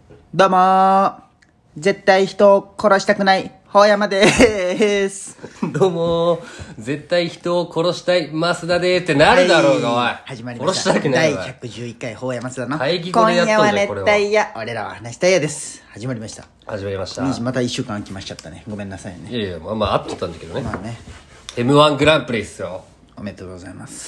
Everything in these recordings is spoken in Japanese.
どうもー、絶対人を殺したくないほうやまでーす。 どうも絶対人を殺したい増田でーってなるだろうが、おい。 始まりました。 殺したくない第わ。 111回ほうやまだの会議語でやっとん今じゃんこれは夜は熱帯夜、俺らは話したいやです。始まりました。 始まりました。 また1週間空きましちゃったね。ごめんなさいね。 いやいや、まあ合っとったんだけどね。 まあね、 M1 グランプリっすよ。 おめでとうございます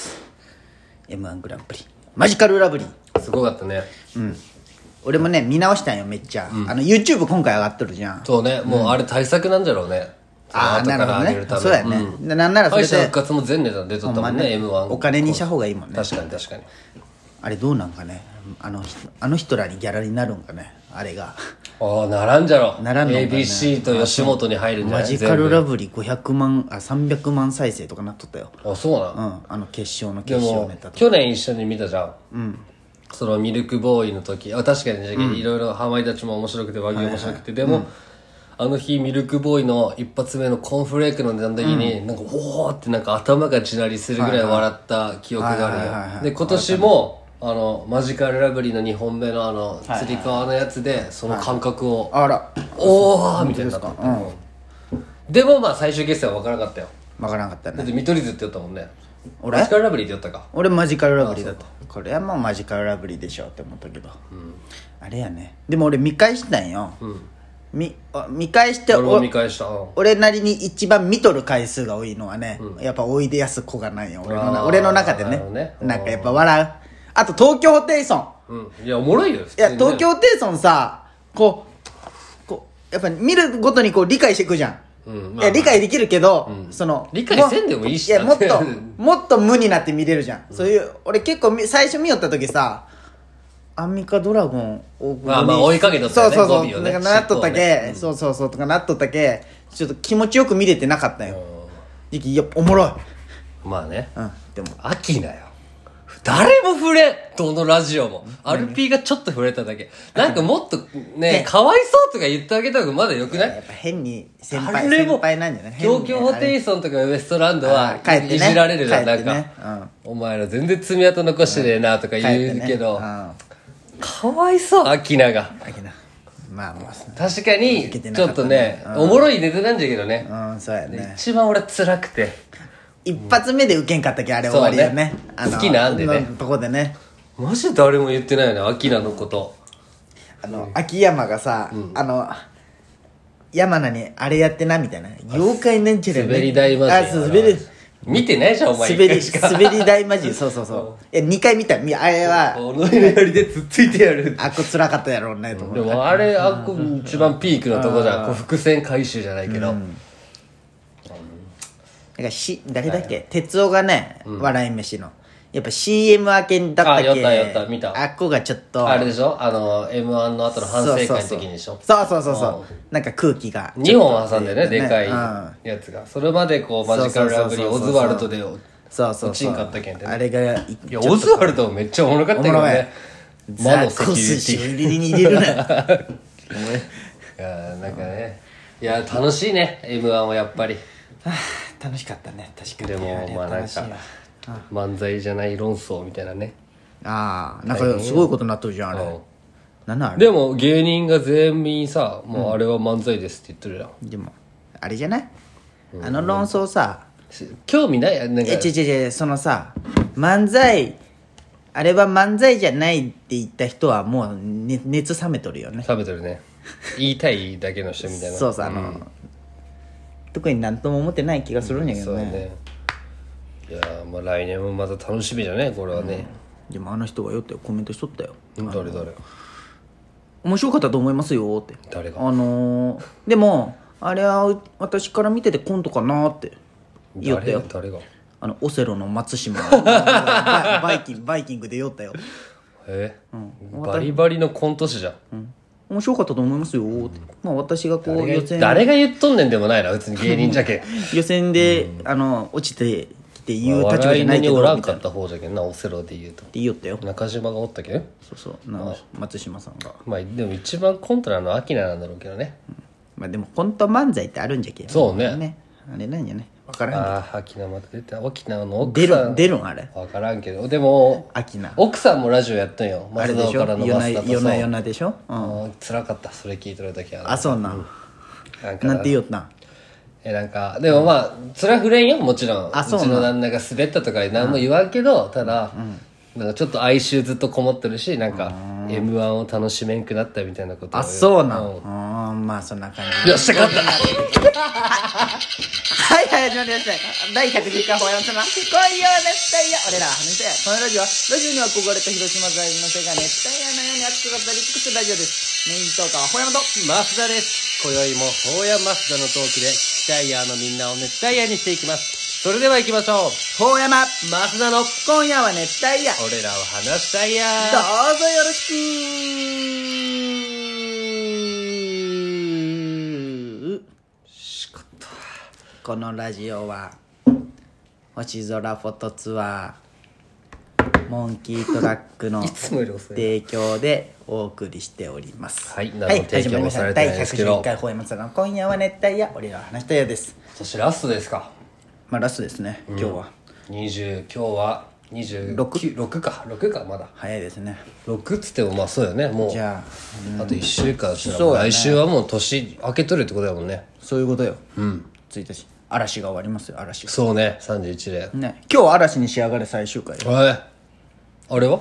。M1 グランプリマジカルラブリー。 すごかったね。 俺もね見直したんよ、めっちゃ、YouTube 今回上がっとるじゃん。 そうね、もうあれ対策なんじゃろうね。 ああ、なるほどね。そうやね、なんならそれ敗者で復活も全ネタ出とったもんね、M1。 お金にした方がいいもんね。 確かに確かに。 あれどうなんかね、あの人らにギャラになるんかね、あれが。 ああ、ならんじゃろ。 ならんのかね。 ABC と吉本に入るんじゃない？ マジカルラブリー500万300万再生とかなっとったよ。 あ、そうなん。 決勝のでも決勝ネタとか。 去年一緒に見たじゃん、そのミルクボーイの時、確かにいろいろハマりたちも面白くて和牛面白くて、でも、あの日ミルクボーイの一発目のコーンフレークの値段の時に、なんかおおってなんか頭が地鳴りするぐらい笑った記憶があるよ。で今年もマジカルラブリーの2本目のつり革のやつでその感覚を、 あら、 おおみたいになってて、でもまあ最終決戦は分からなかったよ。 わからなかったね。 だって見取り図って言ったもんね。 俺マジカルラブリーって言ったか。 俺マジカルラブリーだった。これはもうマジカルラブリーでしょって思ったけど、あれやね。でも俺見返したんよ、見返して、 俺も見返した。 俺なりに一番見とる回数が多いのはね、やっぱおいでやすこがないよ、俺の中でね。なんかやっぱ笑う。あと東京ホテイソン、 いやおもろいよ。 いや東京ホテイソンさ、こうやっぱ見るごとにこう理解していくじゃん。いや理解できるけど、 理解せんでもいいし、 いやもっと無になって見れるじゃん、そういう。俺結構最初見よった時さ、アンミカドラゴンをまあ追いかけとったよね、 そう語尾をね。 なんかなっとったけ、そうとかなっとったけ、ちょっと気持ちよく見れてなかったよ。いやおもろい。 まあね、 でもアキナよ。誰も触れん、どのラジオも。アルピーがちょっと触れただけ。なんかもっとね、かわいそうとか言ってあげた方がまだよくない？ やっぱ変に先誰も輩なんじゃない？ 東京ホテイソンとかウエストランドは帰ってねいじられるじゃん、 帰ってなんねか、お前ら全然爪痕残してねえなとか言うけど、かわいそう、アキナが。 まあ確かに受けてなちょかったねっとね、おもろいネタなんだけどね。 そうやね。 一番俺辛くて、 一発目で受けんかったけあれ終わりよね。 好きなんでね、 とこでね。 マジ誰も言ってないよね、アキナのこと。 秋山がさ、山名にあれやってなみたいな、妖怪なんちゃら滑り台マジ。見てないじゃんお前。 滑り台マジ。そう2回見た。あれはおのりなりでつっついてやる。 あっこ辛かったやろうねと思でもあれ一番ピークのとこじゃん、伏線回収じゃないけど、 誰だっけ、哲夫がね、笑い飯のやっぱ CM 明けだったっけ。 酔った見た。 あっこがちょっとあれでしょ、M1 の後の反省会の時にでしょ。 そうなんか空気が 2本挟んでね、でかいやつが。それまでこうマジカルラブリーオズワルドで落ちんかったけんってね。 あれが、いやオズワルドめっちゃおもろかったけどね。魔のセキュリティに入れるな。いやなんかね、いや楽しいね M1 はやっぱり。 楽しかったね、確かに。 でもまあなんか漫才じゃない論争みたいなね。 なんかすごいことになっとるじゃんあれ。なんなんあれ。 でも芸人が全員さ、もうあれは漫才ですって言ってるじゃん。 でもあれじゃない、論争さ、 興味ない。なんかそのさ、漫才あれは漫才じゃないって言った人はもう、熱冷めとるよね。 冷めてるね。言いたいだけの人みたいな。 そう特になんとも思ってない気がするんやけどね。 そうね。いやまあ来年もまた楽しみじゃねこれはね。 でもあの人がよってコメントしとったよ。 誰面白かったと思いますよって。 誰が。 でもあれは私から見ててコントかなって言ったよ。 誰が。 オセロの松島バイキングで酔ったよ。 バリバリのコント師じゃん。 面白かったと思いますよって。私がこう予選、 誰が言っとんねんでもないな、別に芸人じゃけ予選で落ちてきて言う立場じゃないけど、 笑いにおらんかった方じゃけんな、オセロで言うとって言おったよ。 中島がおったけん。 松島さんが。 まあでも一番コントなのはアキナなんだろうけどね。 まあでもコント漫才ってあるんじゃけん。 そうね。 あれなんじゃね、 分からんああ秋名また出た沖縄の奥さん出るんあれ分からんけどでも秋名奥さんもラジオやったんよあれでしょ松戸からの増田と夜な夜さなでしょ、 辛かったそれ聞いとる時はあそうなん、 なんかなんて言おったんなんかでもまあそれは触れんよもちろんあそうなんちの旦那が滑ったとか何も言わんけどただ、なんかちょっと哀愁ずっとこもってるしなんか M1 を楽しめんくなったみたいなことをあそうなん、まあそんな感じよっしゃ勝ったはいはい始まりました第110回ほやまさま今夜は熱帯夜俺らは話だよこのラジオはラジオに憧れた広島在住の世界熱帯夜のように熱く語り尽くすラジオですメイントーカーはほやまと増田です今宵も大谷増田のトークで聞きたいヤーのみんなを熱帯夜にしていきますそれでは行きましょうほやま増田の今夜は熱帯夜俺らを話したいやどうぞよろしくしかったこのラジオは星空フォトツアーモンキートラックのいつもより遅い提供でお送りしておりますはい何の提供もされてないですけど第111回ほえまつの今夜は熱帯夜俺らは話したいです今年ラストですかまあラストですね、今日は今日は26か6かまだ早いですね 6っつってもまあそうよねもうじゃあ、 あと1週間したらそうやね来週はもう年明けとるってことだもんねそういうことよ1日嵐が終わりますよ嵐がそうね31でね今日嵐に仕上がれ最終回よあれは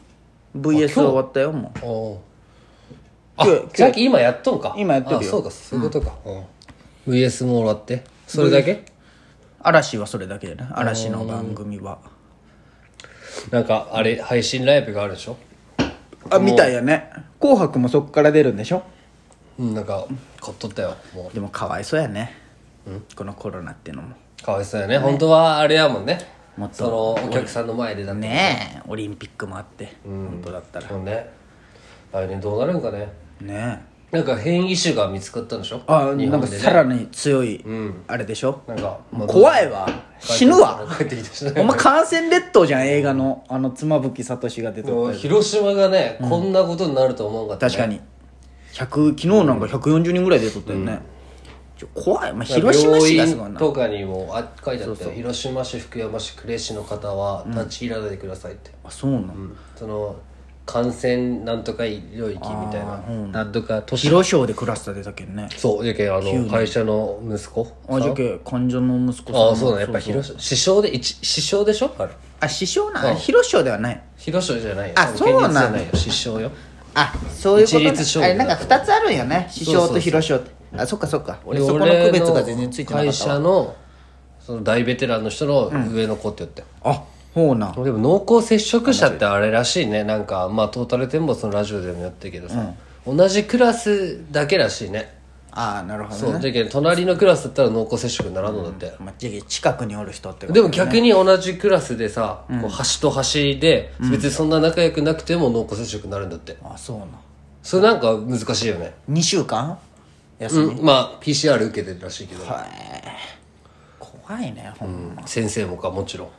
VS 終わったよもうおあ今日さっき今やっとんか今やってるよあそうかそういうことか、VS もらってそれだけ、 嵐はそれだけでね嵐の番組はなんかあれ配信ライブがあるでしょあみたいやね紅白もそっから出るんでしょなんか買っとったよもうでもかわいそうやねこのコロナっていうのもかわいそうやね本当はあれやもんねもっとそのお客さんの前でだってねえオリンピックもあって本当だったらそうね来年どうなるんかねねえなんか変異種が見つかったんでしょあなんか日本でねさらに強いあれでしょなんか、 怖いわ死ぬわ帰ってきたしねお前感染列島じゃん映画の妻夫木聡が出てた広島がね、こんなことになると思うかった、ね、 確かに昨日なんか140人ぐらい出とったよね、怖い、まあ、広島市がすごいな病院とかにも書いてあったよ広島市福山市呉市の方は立ち入らないでくださいって、 あそうなの、 その感染なんとか領域みたいな、なんとか都市広小でクラスター出たけんねそうやけ会社の息子じゃけ患者の息子さんあそうだやっぱ師匠で師匠でしょあれ師匠な広小ではない広小じゃないよあそうなん県立じゃないよ師匠よそういうことね一律勝負あれなんか2つあるんよね師匠と広小ってそっかそっか俺そこの区別が全然ついてなかったわ会社のその大ベテランの人の上の子って言って、 ほうなでも濃厚接触者ってあれらしいねなんかまあトータルテンボスのラジオでもやってるけどさ、同じクラスだけらしいねなるほどねそうだけど隣のクラスだったら濃厚接触にならんのだって、 じゃけ近くにおる人ってことでも逆に同じクラスでさ、こう端と端で別にそんな仲良くなくても濃厚接触になるんだって、 そうなそれなんか難しいよね 2週間休み、 まあ PCR 受けてるらしいけど、 怖いねほんま、 先生もかもちろん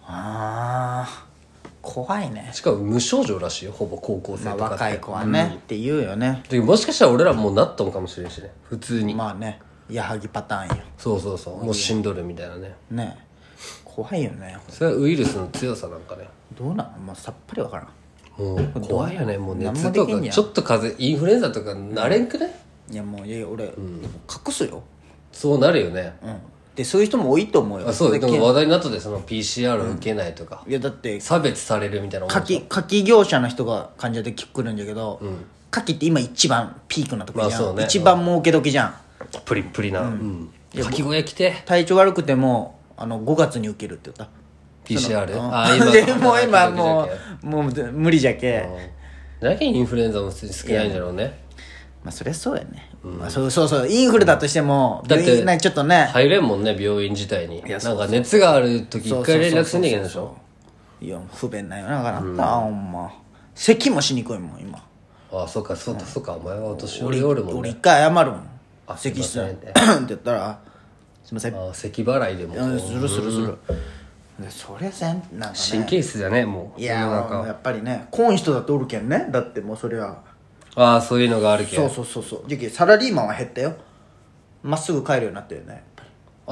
怖いねしかも無症状らしいよほぼ高校生とかって、 若い子はね、って言うよねでもしかしたら俺らもうなっとんかもしれんしね普通に、 まあね矢作パターンよそうもう死んどるみたいなねね怖いよねそれはウイルスの強さなんかねどうなんもうさっぱりわからんもう怖いよねもう熱何もとできんやんかちょっと風邪インフルエンザとかなれんくね、 いやもういや俺、隠すよそうなるよね、 でそういう人も多いと思うよそうでも話題になったでその PCR を受けないとか、 いやだって差別されるみたいな牡蠣業者の人が患者で来るんだけど、牡蠣って今一番ピークなとこじゃん、 そうね一番儲け時じゃん、 プリップリなかき小屋来て体調悪くても5月に受けるって言った PCR？ でもう今もう無理じゃけ、 だけインフルエンザも普通に少ないんだろうねまあそりゃそうやね、そうインフルだとしてもだってちょっとね入れんもんね病院自体にやなんか熱がある時一回連絡すんねんけどでしょいや不便なよなかなったほんま咳もしにくいもん今そうかお前はお年寄りおるもんね俺一回謝るもん咳すいませんしてって言ったらすいません咳払いでもするそりゃせんなんかね神経質じゃねもういややっぱりねこん人だっておるけんねだってもうそれはそういうのがあるけんそうじゃけサラリーマンは減ったよまっすぐ帰るようになったよねやっぱり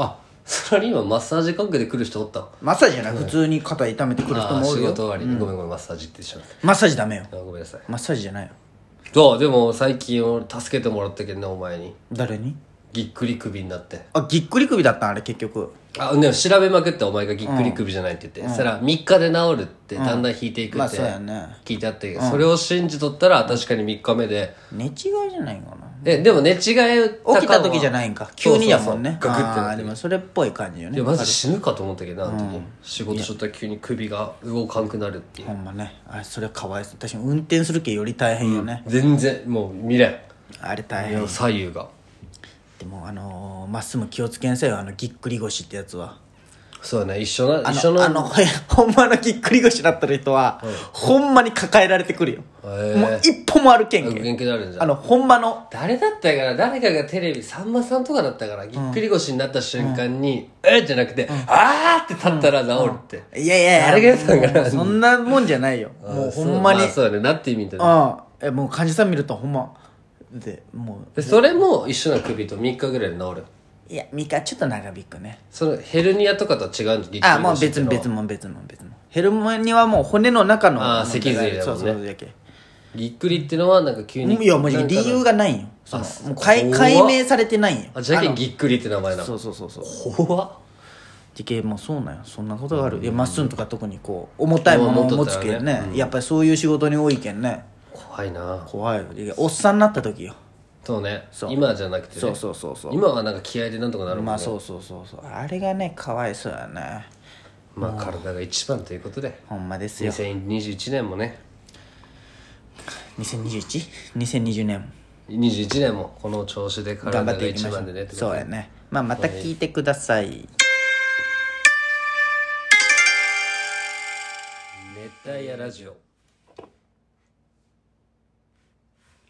サラリーマンマッサージ関係で来る人おった？ マッサージじゃない、普通に肩痛めてくる人もおるよ。 仕事終わりに、ごめんごめん、マッサージってしまった。 マッサージダメよ。 ごめんなさい。 マッサージじゃないよ。 そうでも最近俺助けてもらったけどね、お前に。 誰に？ ぎっくり首になって。 ぎっくり首だったんあれ結局。 ね、調べまくってお前がぎっくり首じゃないって言って、そしたら3日で治るってだんだん引いていくってそうやね。 聞いてあったけど、それを信じとったら確かに3日目で、 寝違いじゃないんかな。 でも寝違い起きた時じゃないんか。急にやもんね。 ガクってなって。 でもそれっぽい感じよね。 いやマジ死ぬかと思ったけどな、あの時仕事しとったら急に首が動かんくなるっていう。 ほんまね、あれそれかわいそう。確かに運転するけより大変よね。 全然もう見れん、 あれ大変。 左右が。 でもまっすぐ気をつけんせよ、ぎっくり腰ってやつは。 そうね、一緒のほんまのぎっくり腰だった人は、ほんまに抱えられてくるよ。もう一歩も歩けんけん。 元気になるんじゃん。 ほんまの誰だったかな、誰かがテレビ、さんまさんとかだったから、ぎっくり腰になった瞬間に、じゃなくて、あーって立ったら治るって。 いやいやいや、 誰がやったんかな。 そんなもんじゃないよ。もうほんまに。 そうだね、なって意味だね。もう患者さん見るとほんまで、もう。それも一緒な首と3日ぐらいで治る。 いや、3日ちょっと長引くね。 そのヘルニアとかとは違うんです。 もう別もヘルニアはもう骨の中の脊髄だもんね。 そうやけ。 ぎっくりってのはなんか急に、 いやもう理由がないんよ。もう解明されてないんよ。 じゃけんぎっくりって名前なの。 そう怖っ。 じけもうそうなんよ。そんなことがある。いやまっすんとか特にこう重たいものを持つけんね。やっぱりそういう仕事に多いけんね。 怖いな。 怖いよ。おっさんになった時よ。 そうね、今じゃなくてね。 そう今はなんか気合でなんとかなるもんね。 まあそうあれがねかわいそうやね。 まあ体が一番ということで、 ほんまですよ。 2021年もね、 2020年 21年もこの調子で体が一番でね。 そうやね。また聞いてください。 熱帯夜ラジオ。